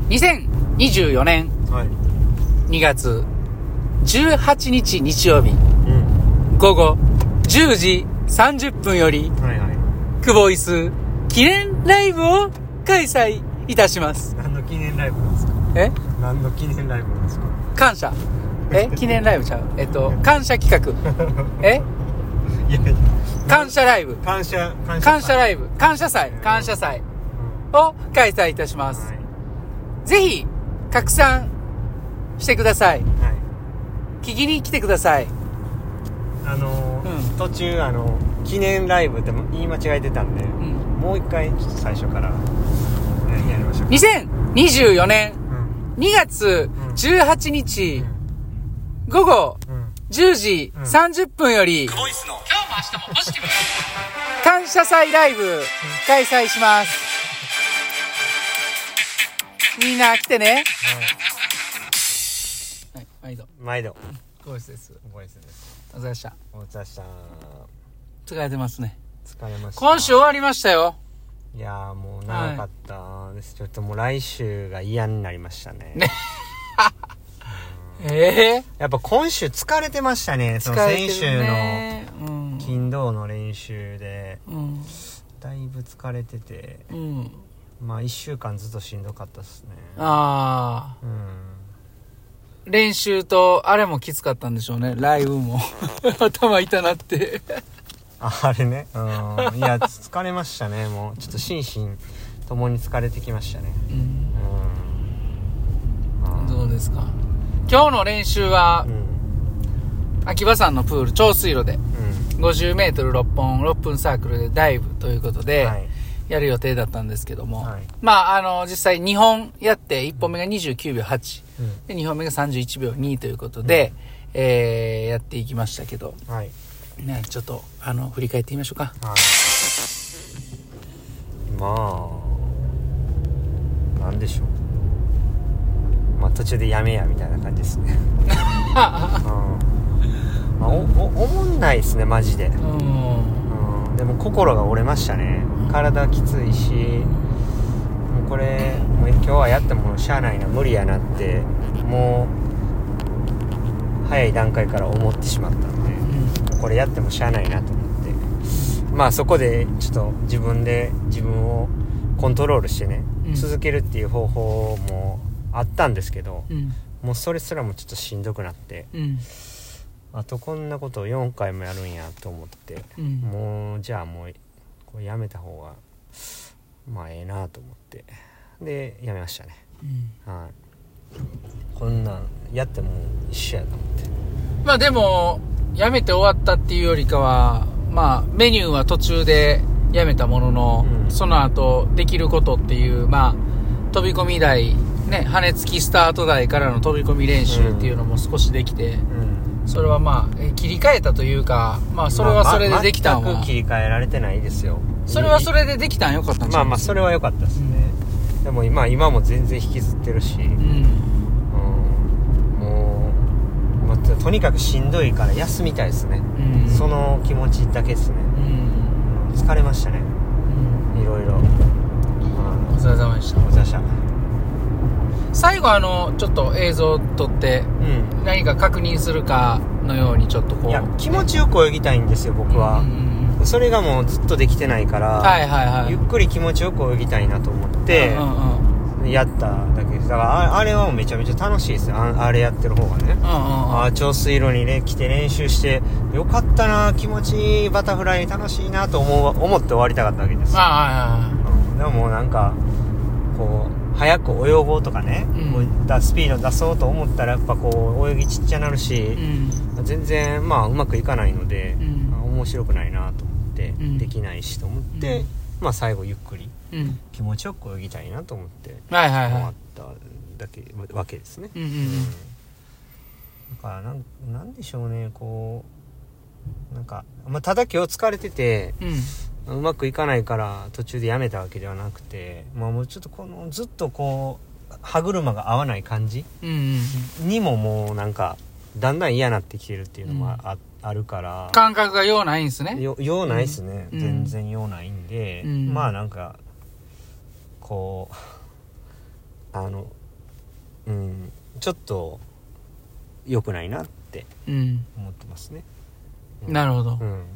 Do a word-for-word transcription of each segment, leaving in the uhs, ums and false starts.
にせんにじゅうよねんにがつじゅうはちにち日曜日、うん、午後じゅうじさんじゅっぷんより、はいはい、クボイス記念ライブを開催いたします。 何の記念ライブなんですか？ え？ 何の記念ライブなんですか？ 感謝。え？記念ライブちゃう？えっと感謝企画。え？いや感謝ライブ。 感謝感謝感謝ライブ。感謝祭。感謝祭を開催いたします。はい、ぜひ拡散してください。はい、聞きに来てください。 あのーうん、途中あの記念ライブって言い間違えてたんで、うん、もう一回ちょっと最初からやりましょう。 にせんにじゅうよねんにがつじゅうはちにち、うん、午後じゅうじさんじゅっぷんより、うん、ボイスの今日も明日もポジティブ感謝祭ライブ開催します。みんな来てね。はい、毎度毎度ボイスです。 ボイスです。 お疲れ様でした。 お疲れ様でした。 疲れてますね。 疲れました。 今週終わりましたよ。 いやーもう長かったです、はい、ちょっともう来週が嫌になりましたね。ねえー、やっぱ今週疲れてましたね。その先週の金土の練習で、うん、だいぶ疲れてて、うん、まあいっしゅうかんずっとしんどかったですね。ああ、 うん、練習とあれもきつかったんでしょうね。ライブも頭痛なってあれね、うん、いや疲れましたね。もうちょっと心身ともに疲れてきましたね。うんうん、どうですか今日の練習は、うん、秋葉山のプール長水路で、うん、ごじゅうメートルろっぽんろっぷんサークルでダイブということで、はい、やる予定だったんですけども、はい、まああの実際にほんやっていっぽんめがにじゅうきゅうびょうはち、うん、でにほんめがさんじゅういちびょうにということで、うんえー、やっていきましたけど、はいね、ちょっとあの振り返ってみましょうか。はい、 まあなんでしょう、まあ途中でやめやみたいな感じですね。うん、まあ、おお思んないですねマジで。うん、うん、でも心が折れましたね。体きついし、もうこれもう今日はやってもしゃあないな無理やなってもう早い段階から思ってしまったんで、うん、これやってもしゃあないなと思って、まあそこでちょっと自分で自分をコントロールしてね、うん、続けるっていう方法もあったんですけど、うん、もうそれすらもちょっとしんどくなって、うん、あとこんなことをよんかいもやるんやと思って、うん、もうじゃあもうこうやめた方がまあええなと思ってでやめましたね。うん、はい、こんなんやっても一緒やと思って。 まあでもやめて終わったっていうよりかは、まあメニューは途中でやめたものの、うん、その後できることっていう、まあ飛び込み台ね、羽根付きスタート台からの飛び込み練習っていうのも少しできて、うん、それはまあ切り替えたというか、まあそれはそれでできたんは、まあ、 全く切り替えられてないですよ。 それはそれでできたんよかったんじゃないですか。 まあまあそれは良かったですね。うん、でも今今も全然引きずってるし、うんうん、もう、まあ、とにかくしんどいから休みたいですね。うん、その気持ちだけですね。うん、疲れましたね。いろいろ。 お疲れ様でした。 お疲れ様でした。 最後あのちょっと映像撮って、うん、何か確認するかのようにちょっとこう、 いや気持ちよく泳ぎたいんですよ僕は。うんうん、それがもうずっとできてないから、はいはいはい、ゆっくり気持ちよく泳ぎたいなと思って、うんうん、やっただけです。だからあれはめちゃめちゃ楽しいですよ。 あ, あれやってる方がね、うんうんうん、あ長水路に、ね、来て練習してよかったな気持ちいいバタフライ楽しいなと 思, う思って終わりたかったわけですよ。あ、うん、でももうなんかこう早く泳ごうとかね、うん、だスピード出そうと思ったらやっぱこう泳ぎちっちゃなるし、うん、全然まあうまくいかないので、うん、面白くないなと思って、うん、できないしと思って、うん、まあ最後ゆっくり、うん、気持ちよく泳ぎたいなと思って終わっただけ、わけですね。うんうんうん、だからなんなんでしょうねこうなんか、まあ、ただ今日疲れてて、うん、うまくいかないから途中でやめたわけではなくて、まあ、もうちょっとこのずっとこう歯車が合わない感じ、うんうんうん、にももうなんかだんだん嫌になってきてるっていうのも あ,、うん、あるから感覚が用ないんですね。 よ用ないですね、うん、全然用ないんで、うん、まあなんかこうあのうんちょっと良くないなって思ってますね、 うん、なるほど、うんうん、 はい、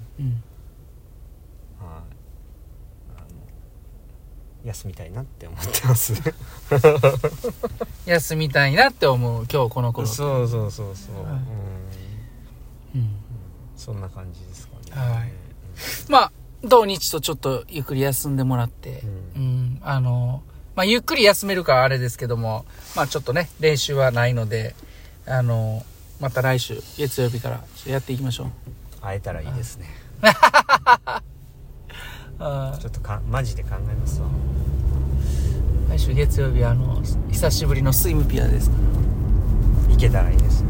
あの休みたいなって思ってます休みたいなって思う今日この頃。 そうそうそうそう、はい、うん、うん、そんな感じですかね。 はい、まあ土日とちょっとゆっくり休んでもらって、うん、うん、あのまあゆっくり休めるかはあれですけども、まあちょっとね練習はないので、あのまた来週月曜日からやっていきましょう。 会えたらいいですね。あちょっとかマジで考えますわ。 来週月曜日あの久しぶりのスイムピアですから。 行けたらいいですね。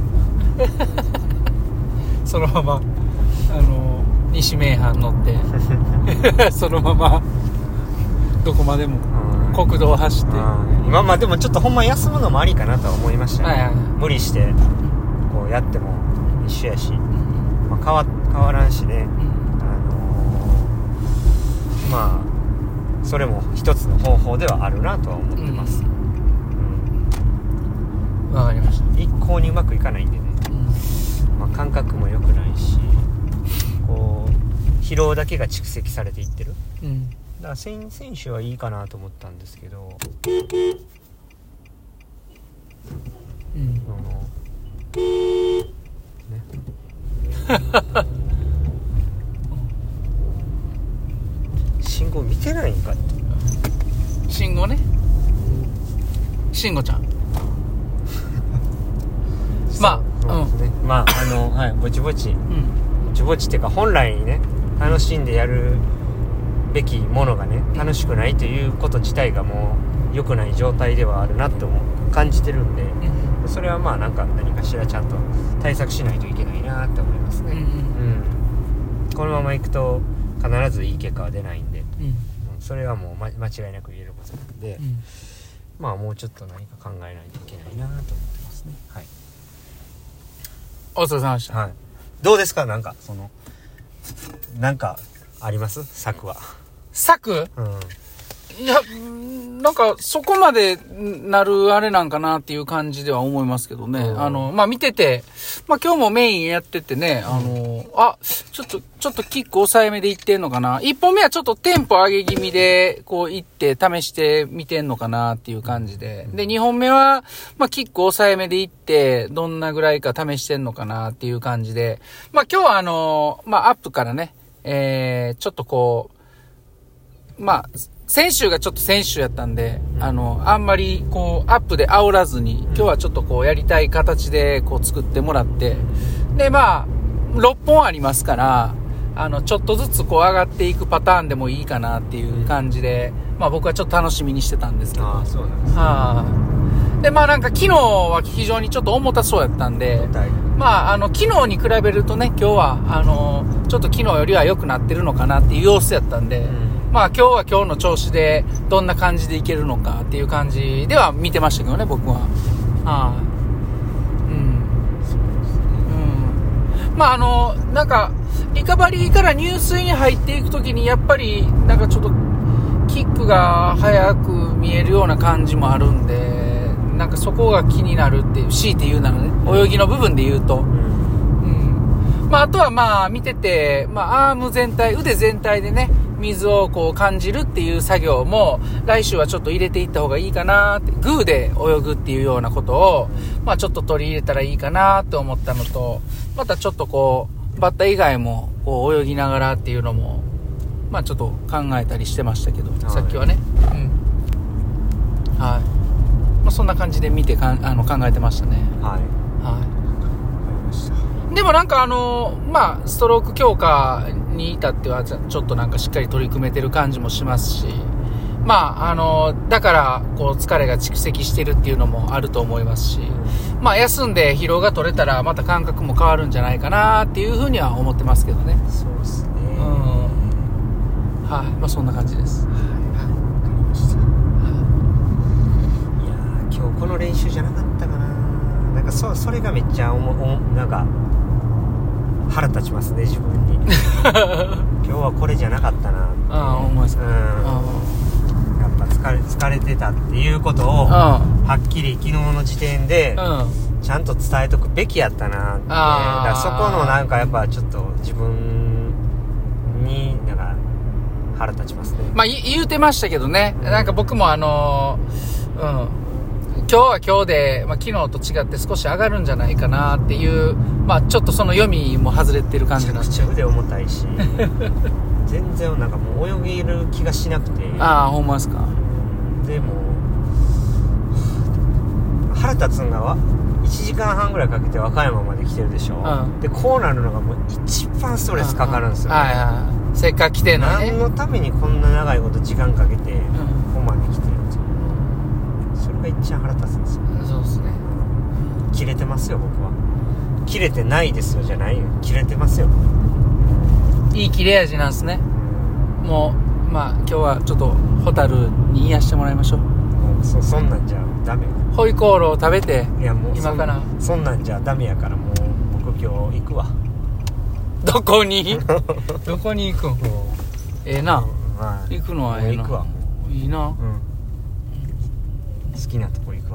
そのままあの西名阪乗ってそのままどこまでも国道を走って、 まあまあでもちょっとほんま休むのもありかなとは思いましたね、はいはい、無理してこうやっても一緒やし、まあ、変わ、変わらんしね、うん、あのー、まあそれも一つの方法ではあるなとは思ってます。わ、 うんうん、かりました。 一向にうまくいかないんでね、うん、まあ、感覚も良くないしこう疲労だけが蓄積されていってる、うん、だから選手はいいかなと思ったんですけど、うん、あのね信号見てないんかって。 信号ね、信号ちゃんまあ、うんね、 まああのはいぼちぼち、うん、ぼちぼちっていうか本来にね楽しんでやるべきものがね楽しくないということ自体がもう良くない状態ではあるなって思う感じてるんで、うん、それはまあなんか何かしらちゃんと対策しないといけないなって思いますね、うんうん、このままいくと必ずいい結果は出ないんで、うん、それはもう間違いなく言えることなんで、うん、まあもうちょっと何か考えないといけないなと思ってますね。はい、 お疲れ様でした、 はい、どうですかなんかそのなんかあります策は。 策、うん、いやなんかそこまでなるあれなんかなっていう感じでは思いますけどね、うん、あのまあ見てて、まあ今日もメインやっててね、あの、うん、あちょっとちょっとキック抑えめでいってんのかな、一本目はちょっとテンポ上げ気味でこういって試してみてんのかなっていう感じで、でにほんめはまあキック抑えめでいってどんなぐらいか試してんのかなっていう感じで、まあ今日はあのまあアップからね、えー、ちょっとこうまあ先週がちょっと先週やったんで、うん、あのあんまりこうアップで煽らずに、今日はちょっとこうやりたい形でこう作ってもらって、でまあろっぽんありますから、あのちょっとずつこう上がっていくパターンでもいいかなっていう感じで、まあ僕はちょっと楽しみにしてたんですけど、 ああそうなんですね。 はあ、でまあなんか昨日は非常にちょっと重たそうやったんで、まああの昨日に比べるとね、今日はあのちょっと昨日よりは良くなってるのかなっていう様子やったんで、うん、まあ今日は今日の調子でどんな感じでいけるのかっていう感じでは見てましたけどね、僕は。はあ、うんうん、まああのなんかリカバリーから入水に入っていくときにやっぱりなんかちょっとキックが速く見えるような感じもあるんで、なんかそこが気になるっていう、強いて言うならね、泳ぎの部分で言うと、うん、まああとはまあ見てて、まあアーム全体、腕全体でね水をこう感じるっていう作業も来週はちょっと入れていった方がいいかなって、グーで泳ぐっていうようなことをまあちょっと取り入れたらいいかなって思ったのと、またちょっとこうバッタ以外もこう泳ぎながらっていうのもまあちょっと考えたりしてましたけど、はい、さっきはね、うん、はい、まあ、そんな感じで見てかんあの考えてましたね。はい、はい、でもなんかあのまあストローク強化に至ってはちょっとなんかしっかり取り組めてる感じもしますし、まああのだからこう疲れが蓄積してるっていうのもあると思いますし、まあ休んで疲労が取れたらまた感覚も変わるんじゃないかなっていうふうには思ってますけどね。 そうですね、うん、 はい、まあそんな感じです。はい、わかりました。 いや今日この練習じゃなかったかな。なんか そ, それがめっちゃおもおなんか腹立ちますね自分に。今日はこれじゃなかったなって。 ああ思いますか。うん、 やっぱ疲れ疲れてたっていうことをはっきり昨日の時点で、うん、ちゃんと伝えとくべきやったなって。だからそこのなんかやっぱちょっと自分になんか腹立ちますね。 まあ言うてましたけどね、うん、なんか僕もあのー、うん今日は今日で、まあ、昨日と違って少し上がるんじゃないかなっていう、まあちょっとその読みも外れてる感じなんで。 めちゃくちゃ腕重たいし全然なんかもう泳げる気がしなくて。 ああほんまですか。 でも腹立つんがはいちじかんはんぐらいかけて和歌山まで来てるでしょ、うん、でこうなるのがもう一番ストレスかかるんですよね、 はいはい、せっかく来てんのね。 何のためにこんな長いこと時間かけて、うん、ここまで来てるんですよ。それが一番腹立つんですよ。 そうですね。 切れてますよ僕は。切れてないですよじゃないよ、切れてますよ。 いい切れ味なんですね。もうまあ今日はちょっとホタルに癒してもらいましょう。 もう そ, そんなんじゃダメよ。 ホイコーローを食べて。 いやもう今からそんなんじゃダメやからもう僕今日行くわ。 どこにどこに行くん。ええな、うんまあ、行くのはええな。 行くわもういいな、うん、 好きなとこ行くわ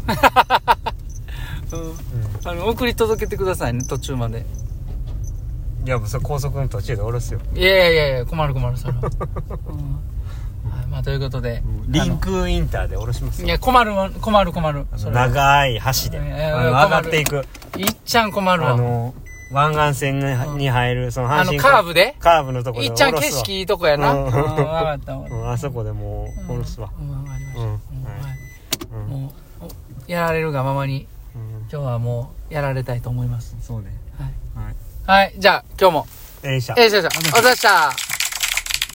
うんうん、あの送り届けてくださいね途中まで。 いやもうそれ高速の途中で降ろすよ。 いやいやいや困る困るそれは、うんはいまあ、ということでリンクインターで降ろしますよ。 いや困る困る困るそれ長い橋で上がっていく。 いっちゃん困るわ。 あの湾岸線に入るその阪神あのカーブでカーブのとこでいっちゃん景色いいとこやな、うんうん、分かった、 うん、あそこでもう降ろすわ。 うん、うん、分かりました、うんはいうん、もうやられるがままに、うん、今日はもうやられたいと思います。 そうねはい、はいはい、じゃあ今日もええしゃええしゃお疲れ様でした。